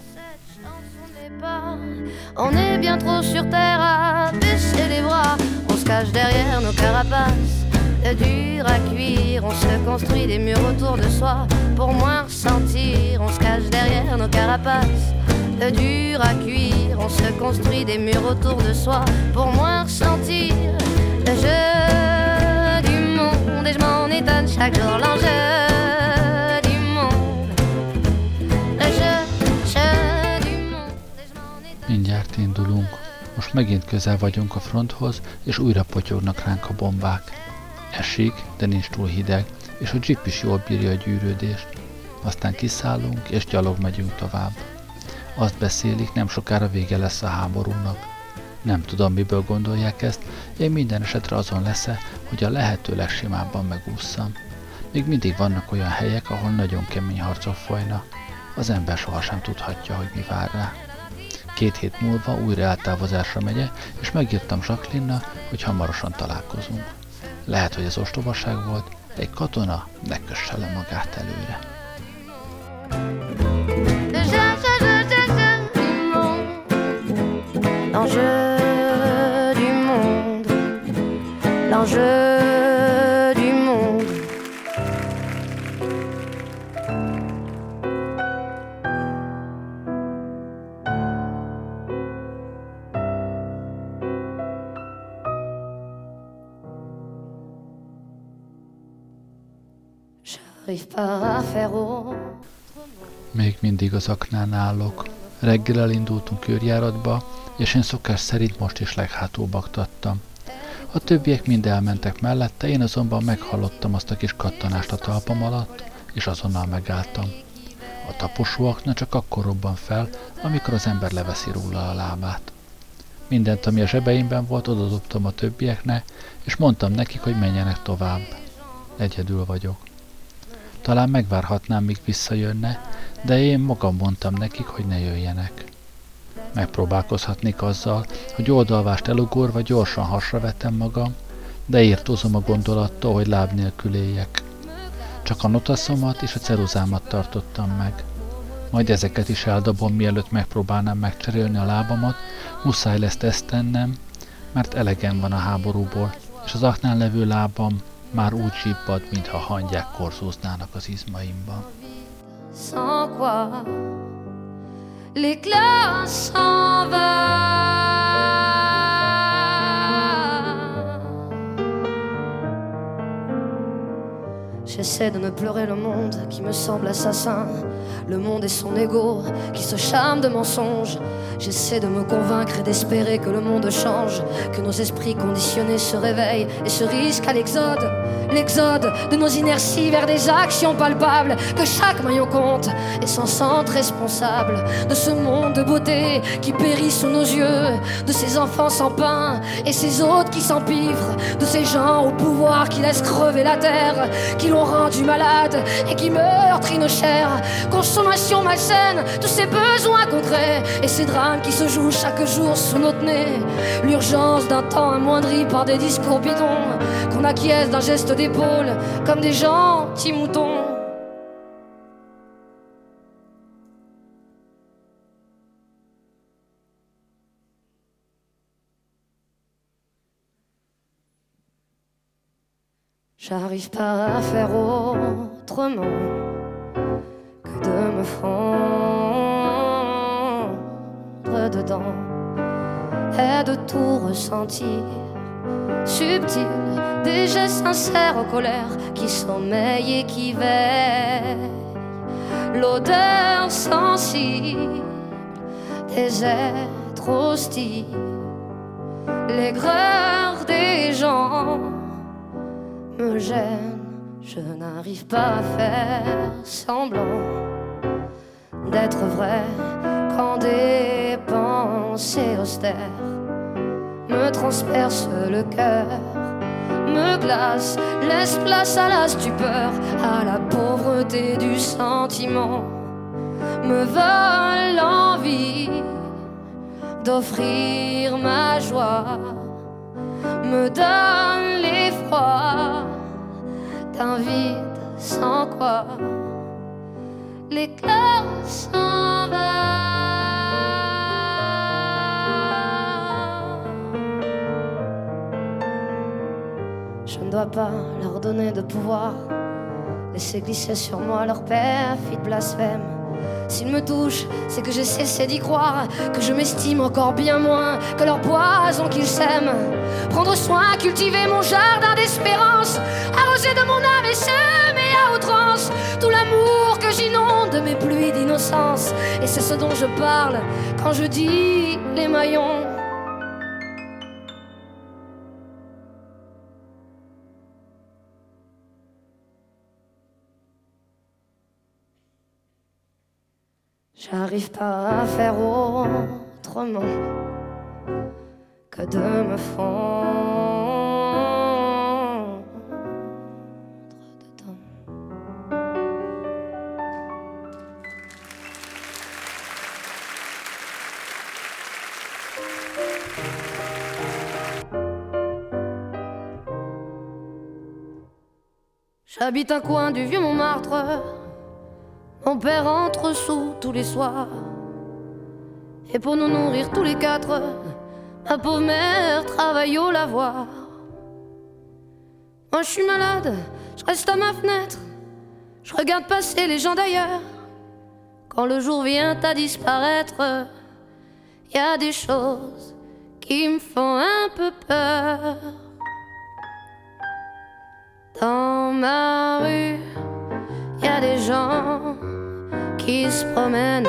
On est bien trop sur terre à baisser les bras. On se cache derrière nos carapaces. De dur à cuire, on se construit des murs autour de soi pour moins ressentir. On se cache derrière nos carapaces. De dur à cuire, on se construit des murs autour de soi pour moins ressentir le jeu du monde. Et je m'en étonne chaque jour, l'enjeu du monde. Le jeu, jeu du monde. Et je m'en étonne. Mindjárt indulunk. Most megint közel vagyunk a fronthoz, és újra potyognak ránk a bombák. Esik, de nincs túl hideg, és a dzsip is jól bírja a gyűrődést. Aztán kiszállunk, és gyalog megyünk tovább. Azt beszélik, nem sokára vége lesz a háborúnak. Nem tudom, miből gondolják ezt, én minden esetre azon leszek, hogy a lehető legsimábban megússzam. Még mindig vannak olyan helyek, ahol nagyon kemény harcok folynak. Az ember sohasem tudhatja, hogy mi vár rá. Két hét múlva újra eltávozásra megyek, és megírtam Jacqueline-nak, hogy hamarosan találkozunk. Lehet, hogy ez ostobaság volt, de egy katona ne kösse le magát előre. L'enjeu du monde, l'enjeu du monde. J'arrive pas à faire autrement. Még mindig az aknán állok. Reggel elindultunk körjáratba, és én szokás szerint most is leghátul baktattam. A többiek mind elmentek mellette, én azonban meghallottam azt a kis kattanást a talpam alatt, és azonnal megálltam. A taposó akna csak akkor robban fel, amikor az ember leveszi róla a lábát. Mindent, ami a zsebeimben volt, odadobtam a többieknek, és mondtam nekik, hogy menjenek tovább. Egyedül vagyok. Talán megvárhatnám, míg visszajönne, de én magam mondtam nekik, hogy ne jöjjenek. Megpróbálkozhatnék azzal, hogy oldalvást elugorva gyorsan hasra vetem magam, de írtózom a gondolattól, hogy láb nélkül éljek. Csak a notaszomat és a ceruzámat tartottam meg. Majd ezeket is eldobom, mielőtt megpróbálnám megcserélni a lábamat, muszáj lesz ezt tennem, mert elegem van a háborúból, és az aknán levő lábam már úgy zsibbad, mintha hangyák korzóznának az izmaimban. Sans quoi l'éclat s'en va. J'essaie de ne pleurer le monde qui me semble assassin, le monde et son ego qui se charme de mensonges. J'essaie de me convaincre et d'espérer que le monde change, que nos esprits conditionnés se réveillent et se risquent à l'exode. L'exode de nos inerties vers des actions palpables, que chaque maillon compte et s'en sente responsable. De ce monde de beauté qui périt sous nos yeux, de ces enfants sans pain et ces autres qui s'empivrent, de ces gens au pouvoir qui laissent crever la terre, qui l'ont rendu malade et qui meurtrissent nos chairs. Consommation malsaine, tous ces besoins concrets et ces drames qui se jouent chaque jour sous notre nez. L'urgence d'un temps amoindri par des discours bidons, qu'on acquiesce d'un geste d'épaule comme des gentils moutons. J'arrive pas à faire autrement que de me fondre dedans et de tout ressentir. Subtil, des gestes sincères aux colères qui sommeillent et qui veillent. L'odeur sensible des êtres hostiles, l'aigreur des gens me gêne. Je n'arrive pas à faire semblant d'être vrai quand des pensées austères me transpercent le cœur, me glacent, laissent place à la stupeur, à la pauvreté du sentiment, me volent l'envie d'offrir ma joie, me donne l'effroi d'un vide sans quoi l'éclat s'en va. Je ne dois pas leur donner de pouvoir, laisser glisser sur moi leur perfide blasphème. S'ils me touchent, c'est que j'ai cessé d'y croire, que je m'estime encore bien moins que leur poison qu'ils sèment. Prendre soin, cultiver mon jardin d'espérance, arroser de mon âme et semer à outrance tout l'amour que j'inonde de mes pluies d'innocence. Et c'est ce dont je parle quand je dis les maillons. J'arrive pas à faire autrement que de me fondre dedans. J'habite un coin du vieux Montmartre. Mon père entre sous tous les soirs. Et pour nous nourrir tous les quatre, ma pauvre mère travaille au lavoir. Moi je suis malade, je reste à ma fenêtre. Je regarde passer les gens d'ailleurs. Quand le jour vient à disparaître, y a des choses qui me font un peu peur. Dans ma rue, y a des gens qui se promènent.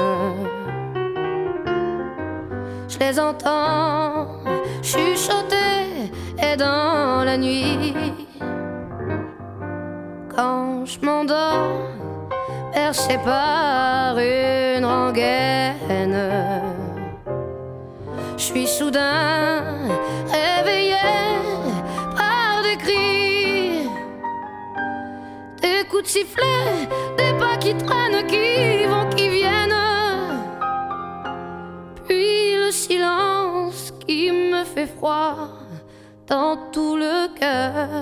Je les entends chuchoter et dans la nuit, quand je m'endors, bercé par une rengaine, je suis soudain réveillé par des cris, des coups de sifflet, des pas qui traînent, qui vont, qui viennent, puis le silence qui me fait froid dans tout le cœur.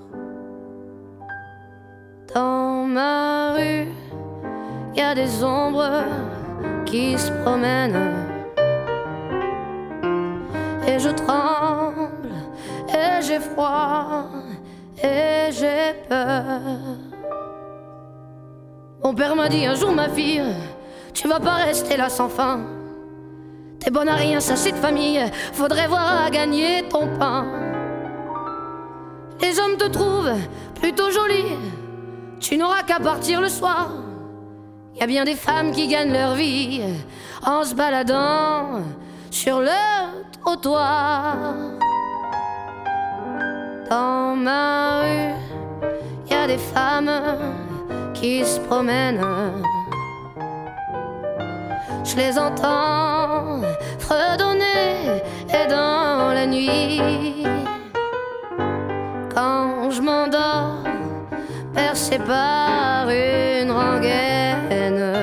Dans ma rue, y a des ombres qui se promènent, et je tremble, et j'ai froid, et j'ai peur. Mon père m'a dit un jour, ma fille, tu vas pas rester là sans fin. T'es bonne à rien, ça c'est de famille, faudrait voir à gagner ton pain. Les hommes te trouvent plutôt jolie, tu n'auras qu'à partir le soir. Y a bien des femmes qui gagnent leur vie en se baladant sur le trottoir. Dans ma rue, y a des femmes qui se promènent. Je les entends fredonner et dans la nuit, quand je m'endors, bercé par une rengaine,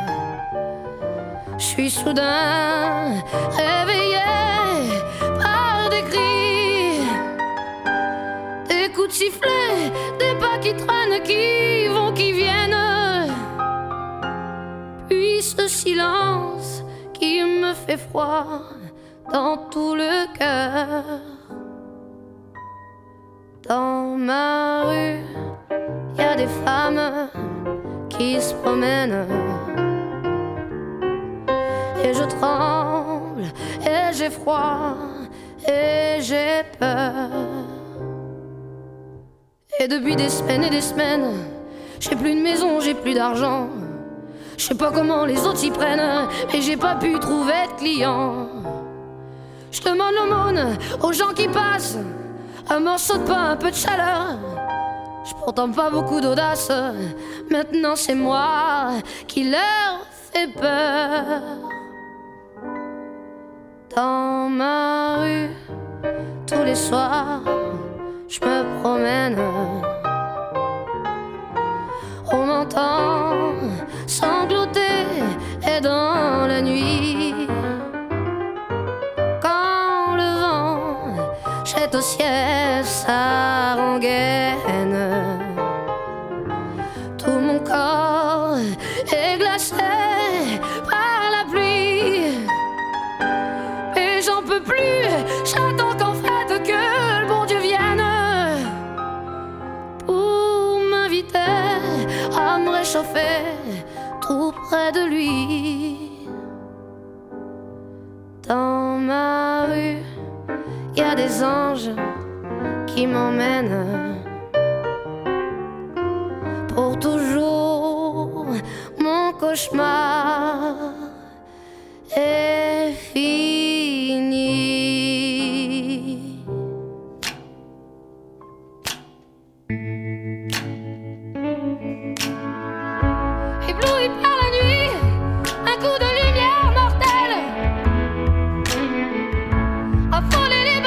je suis soudain réveillé par des cris, des coups de sifflet, des pas qui traînent, qui vont, qui viennent, puis ce silence qui me fait froid dans tout le cœur. Dans ma rue, y a des femmes qui se promènent, et je tremble, et j'ai froid, et j'ai peur. Et depuis des semaines et des semaines, j'ai plus de maison, j'ai plus d'argent. Je sais pas comment les autres s'y prennent, mais j'ai pas pu trouver de clients. Je demande l'aumône aux gens qui passent, un morceau de pain, un peu de chaleur. J'ai pourtant pas beaucoup d'audace, maintenant c'est moi qui leur fais peur. Dans ma rue, tous les soirs, je me promène. On m'entend sangloter et dans la nuit, quand le vent jette au ciel sa rengaine, tout mon corps est glacé par la pluie, et j'en peux plus, j'attends qu'en fait que le bon Dieu vienne pour m'inviter à me réchauffer tout près de lui. Dans ma rue, y a des anges qui m'emmènent pour toujours. Mon cauchemar est fini. Ébloui par la nuit, un coup de lumière mortelle a frôlé les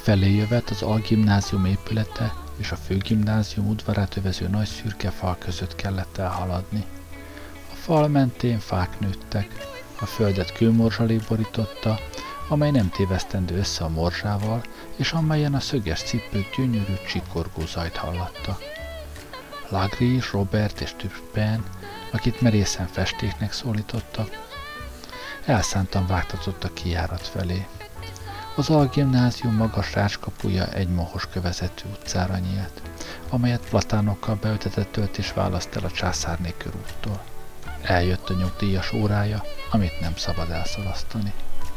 Kifelé jövet az algimnázium épülete és a főgimnázium udvarát övező nagy szürke fal között kellett elhaladni. A fal mentén fák nőttek, a földet kőmorzsalék borította, amely nem tévesztendő össze a morzsával, és amelyen a szöges cipők gyönyörű csikorgó zajt hallattak. Lagris, Robert és Turpin, akit merészen festéknek szólítottak, elszántan vágtatott a kijárat felé. Az algimnázium magas rácskapuja egy mohos kövezetű utcára nyílt, amelyet platánokkal beültetett töltés választ el a Császárné körúttól. Eljött a nyugdíjas órája, amit nem szabad elszalasztani.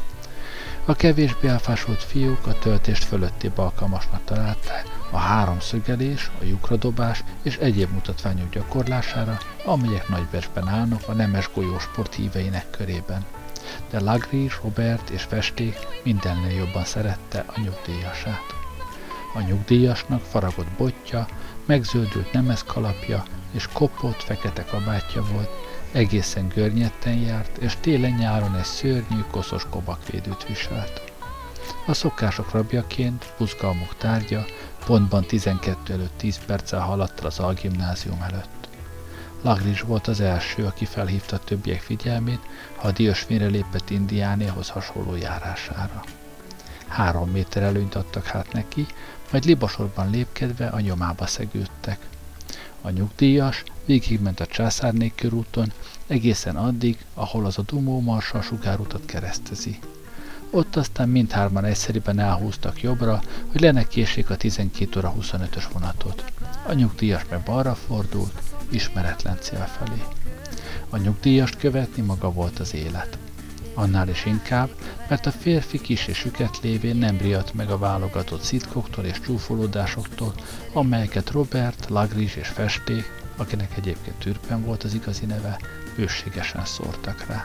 A kevésbé elfásult fiúk a töltést fölöttébb alkalmasnak találták a háromszögelés, a lyukradobás és egyéb mutatványok gyakorlására, amelyek nagybecsben állnak a nemes golyósport híveinek körében. De Lagris, Robert és Festék mindennél jobban szerette a nyugdíjasát. A nyugdíjasnak faragott botja, megzöldült nemezkalapja és kopott fekete kabátja volt, egészen görnyetten járt, és télen-nyáron egy szörnyű, koszos kobakvédőt viselt. A szokások rabjaként, buzgalmuk tárgya, pontban tizenkettő előtt tíz perccel haladt az algimnázium előtt. Lagris volt az első, aki felhívta a többiek figyelmét, ha a diósvényre lépett indiánéhoz hasonló járására. Három méter előnyt adtak hát neki, majd libasorban lépkedve a nyomába szegődtek. A nyugdíjas végigment a Császárné körúton, egészen addig, ahol az a Dumó Marsal sugárutat keresztezi. Ott aztán mindhárman egyszeriben elhúztak jobbra, hogy lenekéssék a tizenkét óra huszonötös vonatot. A nyugdíjas meg balra fordult, ismeretlen cél felé. A nyugdíjast követni maga volt az élet. Annál is inkább, mert a férfi kis és süket lévén nem riadt meg a válogatott szitkoktól és csúfolódásoktól, amelyeket Robert, Lagris és Festék, akinek egyébként Turpin volt az igazi neve, bőségesen szórtak rá.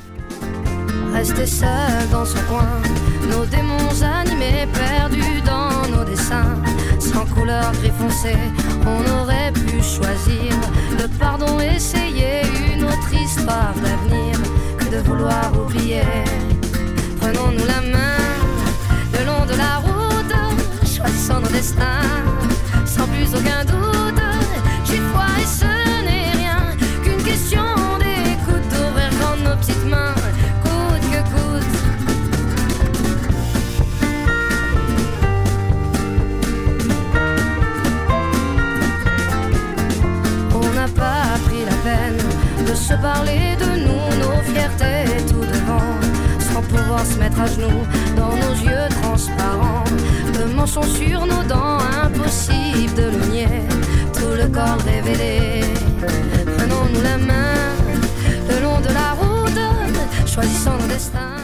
Resté seul dans son coin, nos démons animés, perdus dans nos dessins. Sans couleur gris foncé, on aurait pu choisir le pardon, essayer une autre histoire d'avenir que de vouloir oublier. Prenons-nous la main le long de la route, choisissons nos destins sans plus aucun doute. J'y foi et ce n'est rien qu'une question d'écoute, d'ouvrir grand nos petites mains. De se parler de nous, nos fiertés tout devant, sans pouvoir se mettre à genoux dans nos yeux transparents. Le menton sur nos dents, impossible de le nier, tout le corps révélé. Prenons-nous la main le long de la route, choisissons nos destins.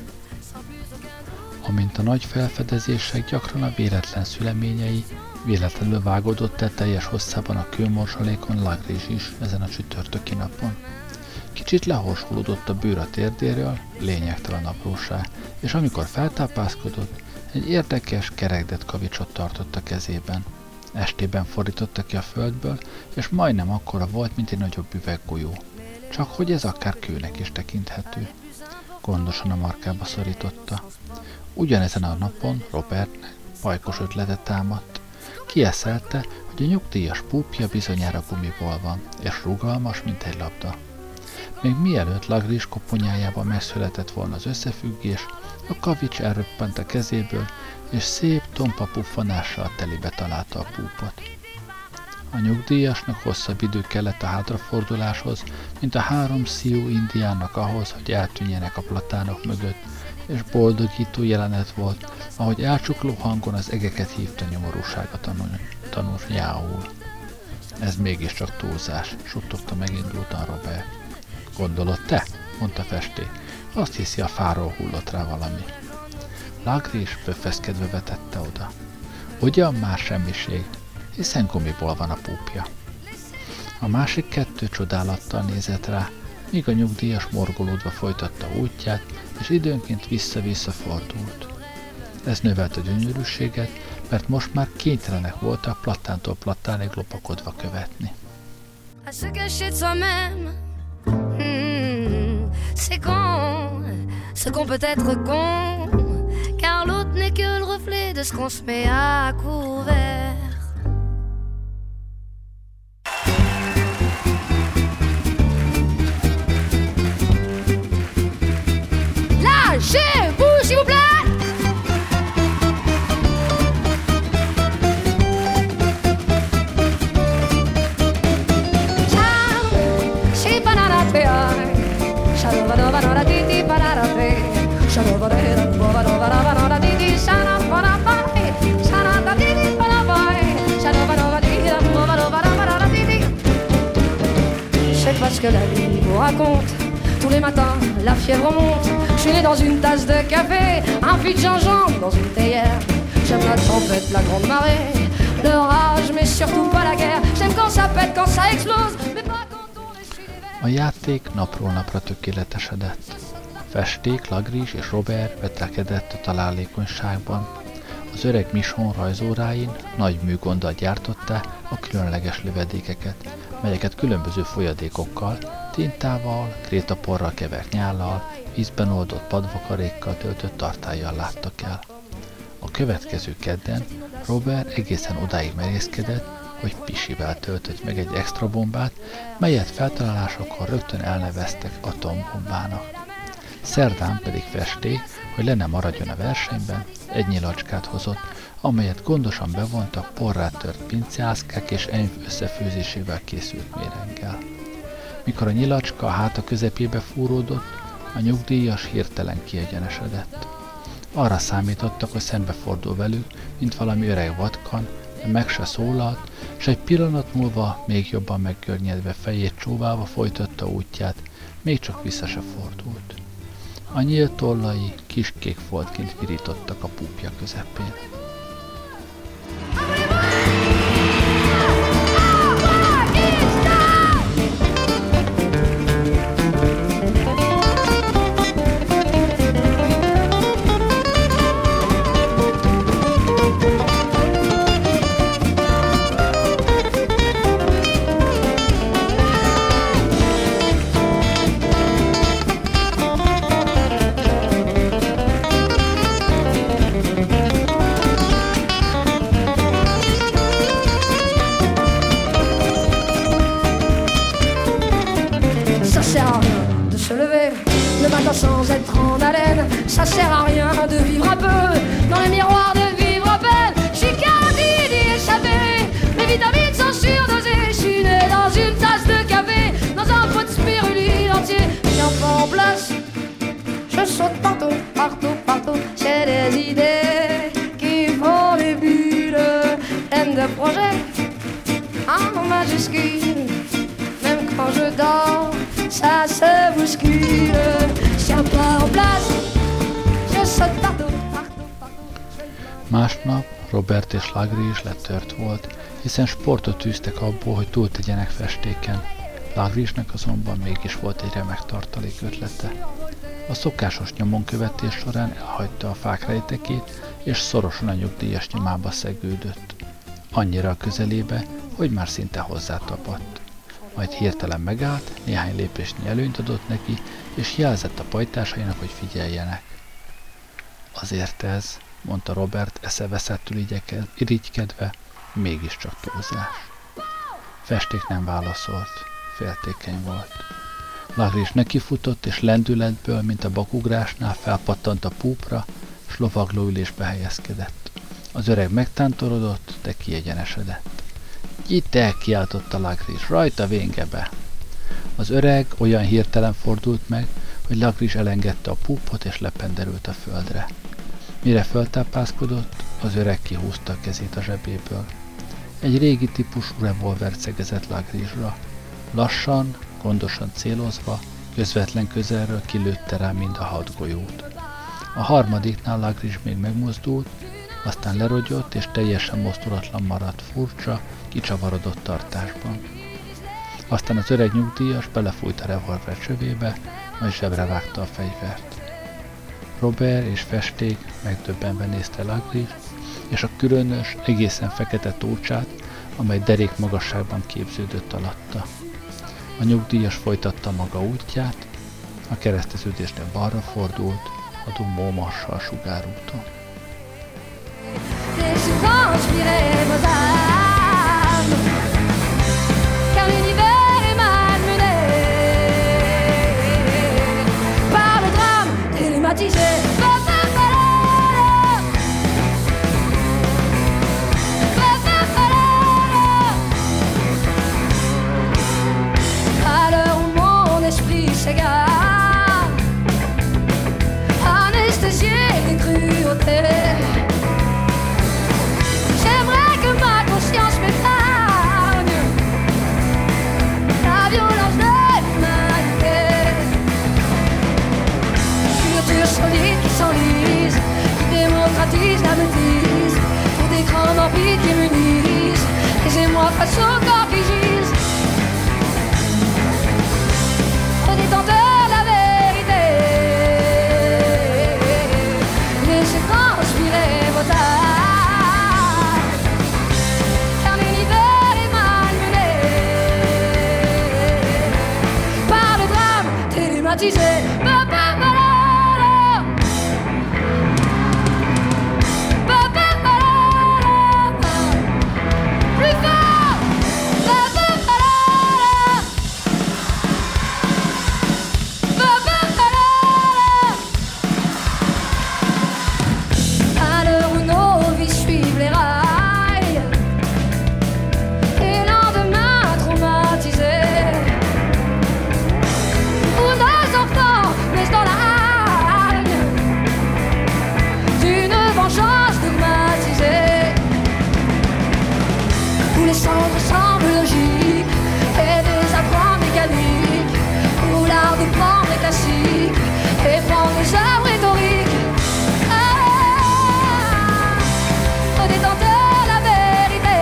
Amint a nagy felfedezések gyakran a véletlen szüleményei, véletlenül vágódott el teljes hosszában a kőmorzsalékon Lagris is ezen a csütörtöki napon. Kicsit lehorsulódott a bőr a térdéről, lényegtelen apróság, és amikor feltápászkodott, egy érdekes, kerekdett kavicsot tartott a kezében. Estében fordította ki a földből, és majdnem akkora volt, mint egy nagyobb üveggolyó. Csak hogy ez akár kőnek is tekinthető. Gondosan a markába szorította. Ugyanezen a napon Robertnek pajkos ötletet támadt. Kieszelte, hogy a nyugdíjas púpja bizonyára gumiból van, és rugalmas, mint egy labda. Még mielőtt Lagris koponyájában megszületett volna az összefüggés, a kavics elröppent a kezéből, és szép, tompa puffanással telibe találta a púpot. A nyugdíjasnak hosszabb idő kellett a hátraforduláshoz, mint a három Sioux indiánnak ahhoz, hogy eltűnjenek a platánok mögött, és boldogító jelenet volt, ahogy elcsukló hangon az egeket hívta nyomorúsága tanul, tanul jául. Ez mégiscsak túlzás, suttogta megindultan Robert. Gondolod te? Mondta Festék. Azt hiszi, a fáról hullott rá valami. Lagris pöffeszkedve vetette oda. Ugyan már semmiség, hiszen gumiból van a púpja. A másik kettő csodálattal nézett rá, míg a nyugdíjas morgolódva folytatta útját, és időnként vissza-vissza fordult. Ez növelte gyönyörűséget, mert most már kénytelenek voltak platántól platánig lopakodva követni. À se cacher de soi-même, hmm, c'est con, ce qu'on peut être con, car l'autre n'est que le reflet de ce qu'on se met à couvert. Lâchez-vous, s'il vous plaît! C'est parce que la vie vous raconte. Tous les matins, la fièvre monte. Je suis né dans une tasse de café, un fil de gingembre dans une théière. J'aime la tempête, la grande marée, l'orage, mais surtout pas la guerre. J'aime quand ça pète, quand ça explose, mais pas quand on essuie les verres. A játék napról napra tökéletesedett. Festék, Lagrizs és Robert vetlekedett a találékonyságban. Az öreg Michon rajzóráin nagy műgonddal gyártotta a különleges lövedékeket, melyeket különböző folyadékokkal, tintával, krétaporral kevert nyállal, vízben oldott padvakarékkal töltött tartállyal láttak el. A következő kedden Robert egészen odáig merészkedett, hogy Pisivel töltött meg egy extra bombát, melyet feltalálásakor rögtön elneveztek atombombának. Szerdán pedig Festé, hogy le ne maradjon a versenyben, egy nyilacskát hozott, amelyet gondosan bevontak porrá tört pincéászkák és enyv összefőzésével készült mérenggel. Mikor a nyilacska a háta közepébe fúródott, a nyugdíjas hirtelen kiegyenesedett. Arra számítottak, hogy szembefordul velük, mint valami öreg vatkan, de meg se szólalt, s egy pillanat múlva még jobban meggörnyedve fejét csóválva folytatta útját, még csak vissza se fordult. A nyílt tollai kis kék foltként virítottak a púpja közepén. Sans être en haleine, ça sert à rien de vivre un peu dans le miroir de vivre à peine. J'suis candide d'y échapper, mes vitamines sont surdosées. J'suis né dans une tasse de café, dans un pot de spiruline entier. Tiens pas en place, je saute partout, partout, partout. J'ai des idées qui font des bulles, M de projet en majuscule. Même quand je dors, ça se bouscule. Másnap Robert és Lagrizs letört volt, hiszen sportot tűztek abból, hogy túltegyenek Festéken. Lagrizsnek azonban mégis volt egy remek tartalék ötlete. A szokásos nyomonkövetés során elhagyta a fák rejtekét, és szorosan a nyugdíjas nyomába szegődött. Annyira a közelébe, hogy már szinte hozzátapadt. Majd hirtelen megállt, néhány lépésnyi előnyt adott neki, és jelzett a pajtásainak, hogy figyeljenek. Azért ez, mondta Robert eszeveszettül irigykedve, mégiscsak túlzás. Festék nem válaszolt, féltékeny volt. Lagrizs nekifutott, és lendületből, mint a bakugrásnál felpattant a púpra, s lovaglóülésbe helyezkedett. Az öreg megtántorodott, de kiegyenesedett. Gyite, kiáltotta Lagrizs, rajta véngebe! Az öreg olyan hirtelen fordult meg, hogy Lagrizs elengedte a púpot és lependerült a földre. Mire föltápászkodott, az öreg kihúzta a kezét a zsebéből. Egy régi típusú revolvert szegezett Lagrizsra. Lassan, gondosan célozva, közvetlen közelről kilőtte rá mind a hat golyót. A harmadiknál Lagrizs még megmozdult, aztán lerogyott és teljesen mozdulatlan maradt furcsa, kicsavarodott tartásban. Aztán az öreg nyugdíjas belefújt a revolver csövébe, majd zsebre vágta a fegyvert. Robert és Festék megdöbbenve nézte Lagrizs és a különös, egészen fekete tócsát, amely derék magasságban képződött alatta. A nyugdíjas folytatta maga útját, a kereszteződésnél balra fordult, a Dumont-Marchal sugárúton. transpirer vos âmes, car l'univers est malmené par le drame télématisé. À l'heure où mon esprit s'égare, anesthésié des cruautés, j'aimerais que ma conscience m'épargne la violence de l'humanité. Une nature solide qui s'enlise, qui démocratise la bêtise, pour des grands vampires qui m'unissent, laissez-moi face au corps qui gise, au détenteur de la vérité, laissez transpirer vos âmes, car l'univers est malmené par le drame télématisé. Ba, ba, ba, la, la. Ba, ba, ba, la, la. Plus fort. Ba, ba, ba, la, la. Ba, ba, ba, la, la. À l'heure où nos vies suivent les rails, et lendemain traumatisés, où nos enfants naissent dans la hargne d'une vengeance dogmatisée, où les cendres semblent logiques et des apprends mécaniques, où l'art de prendre est classique et prendre les œuvres rhétoriques. Ah, au détenteur la vérité,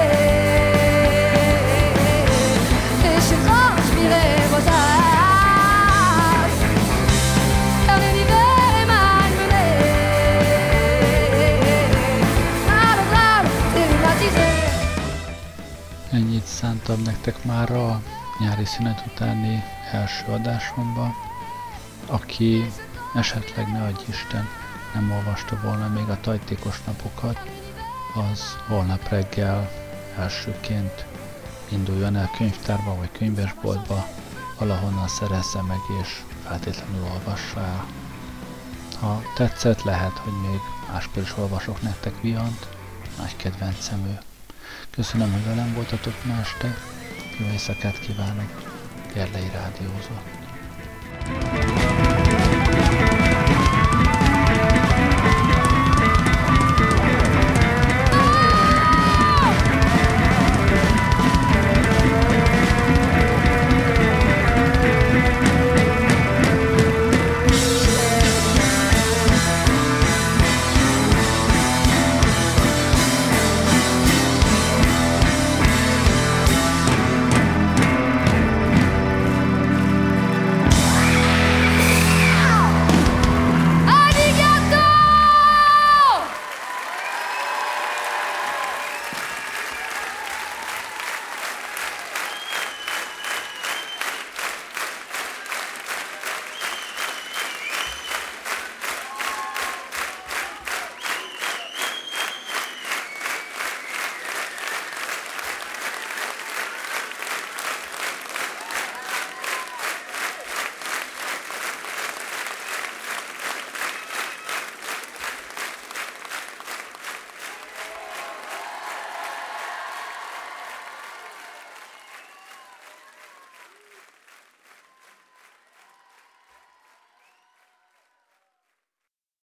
laissez transpirer vos âmes, car l'univers est malmené par le drame télématisé. Ennyit szántam nektek már a nyári szünet utáni első adásomban. Aki esetleg, ne adj Isten, nem olvasta volna még a Tajtékos napokat, az holnap reggel elsőként induljon el könyvtárba vagy könyvesboltba, valahonnan szerezze meg és feltétlenül olvassa el. Ha tetszett, lehet, hogy még máskor is olvasok nektek Vihant, nagy kedvencem ő. Köszönöm, hogy velem voltatok ma este, jó éjszakát kívánok, Gerlei rádiózott.